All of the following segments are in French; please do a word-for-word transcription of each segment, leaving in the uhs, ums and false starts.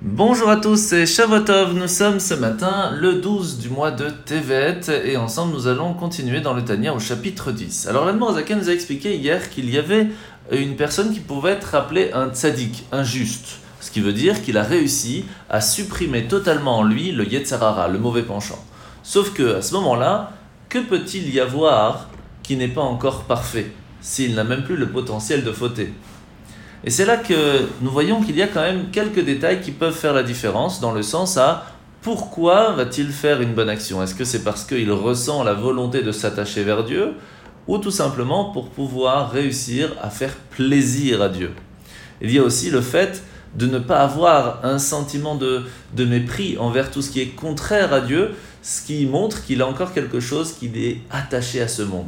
Bonjour à tous, c'est Shavuot. Nous sommes ce matin le douze du mois de Tevet et ensemble nous allons continuer dans le Tanya au chapitre dix. Alors l'Admor Zaken nous a expliqué hier qu'il y avait une personne qui pouvait être appelée un tzaddik, un juste. Ce qui veut dire qu'il a réussi à supprimer totalement en lui le Yetzer Hara, le mauvais penchant. Sauf que à ce moment-là, que peut-il y avoir qui n'est pas encore parfait, s'il n'a même plus le potentiel de fauter? Et c'est là que nous voyons qu'il y a quand même quelques détails qui peuvent faire la différence, dans le sens à pourquoi va-t-il faire une bonne action? Est-ce que c'est parce qu'il ressent la volonté de s'attacher vers Dieu, ou tout simplement pour pouvoir réussir à faire plaisir à Dieu? Il y a aussi le fait de ne pas avoir un sentiment de, de mépris envers tout ce qui est contraire à Dieu, ce qui montre qu'il a encore quelque chose qu'il est attaché à ce monde.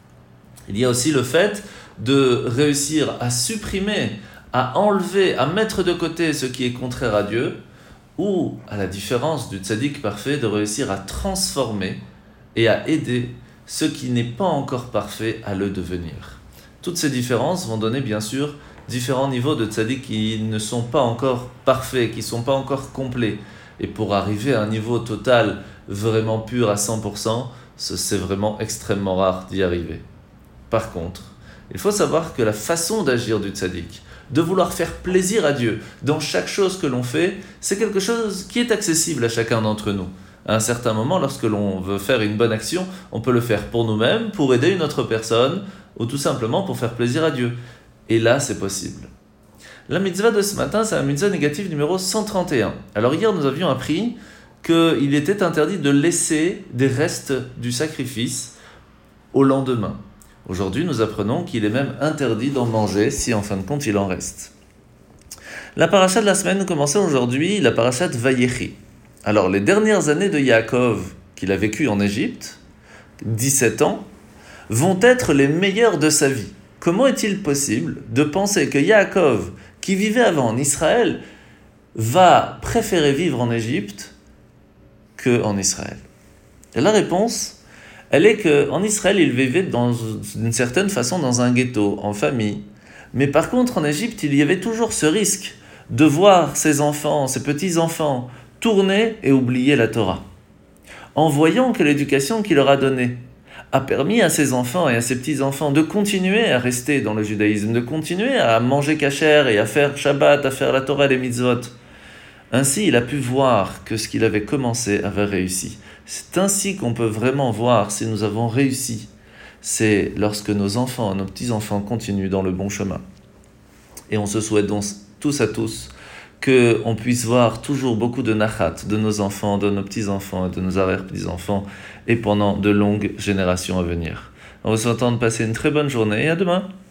Il y a aussi le fait de réussir à supprimer, à enlever, à mettre de côté ce qui est contraire à Dieu, ou, à la différence du tzaddik parfait, de réussir à transformer et à aider ce qui n'est pas encore parfait à le devenir. Toutes ces différences vont donner bien sûr différents niveaux de tzaddik qui ne sont pas encore parfaits, qui ne sont pas encore complets. Et pour arriver à un niveau total vraiment pur à cent pour cent, c'est vraiment extrêmement rare d'y arriver. Par contre, il faut savoir que la façon d'agir du tzaddik, de vouloir faire plaisir à Dieu dans chaque chose que l'on fait, c'est quelque chose qui est accessible à chacun d'entre nous. À un certain moment, lorsque l'on veut faire une bonne action, on peut le faire pour nous-mêmes, pour aider une autre personne, ou tout simplement pour faire plaisir à Dieu. Et là, c'est possible. La mitzvah de ce matin, c'est la mitzvah négative numéro cent trente et un. Alors hier, nous avions appris qu'il était interdit de laisser des restes du sacrifice au lendemain. Aujourd'hui, nous apprenons qu'il est même interdit d'en manger si en fin de compte il en reste. La paracha de la semaine commençait aujourd'hui, la paracha de Vayechi. Alors, les dernières années de Yaakov qu'il a vécu en Égypte, dix-sept ans, vont être les meilleures de sa vie. Comment est-il possible de penser que Yaakov, qui vivait avant en Israël, va préférer vivre en Égypte qu'en Israël? Et la réponse, elle est qu'en Israël, il vivait dans, d'une certaine façon dans un ghetto, en famille. Mais par contre, en Égypte, il y avait toujours ce risque de voir ses enfants, ses petits-enfants, tourner et oublier la Torah. En voyant que l'éducation qu'il leur a donnée a permis à ses enfants et à ses petits-enfants de continuer à rester dans le judaïsme, de continuer à manger kasher et à faire Shabbat, à faire la Torah et les mitzvot. Ainsi, il a pu voir que ce qu'il avait commencé avait réussi. C'est ainsi qu'on peut vraiment voir si nous avons réussi. C'est lorsque nos enfants, nos petits-enfants continuent dans le bon chemin. Et on se souhaite donc tous à tous qu'on puisse voir toujours beaucoup de nachat de nos enfants, de nos petits-enfants et de nos arrière-petits-enfants et pendant de longues générations à venir. On vous souhaite de passer une très bonne journée et à demain.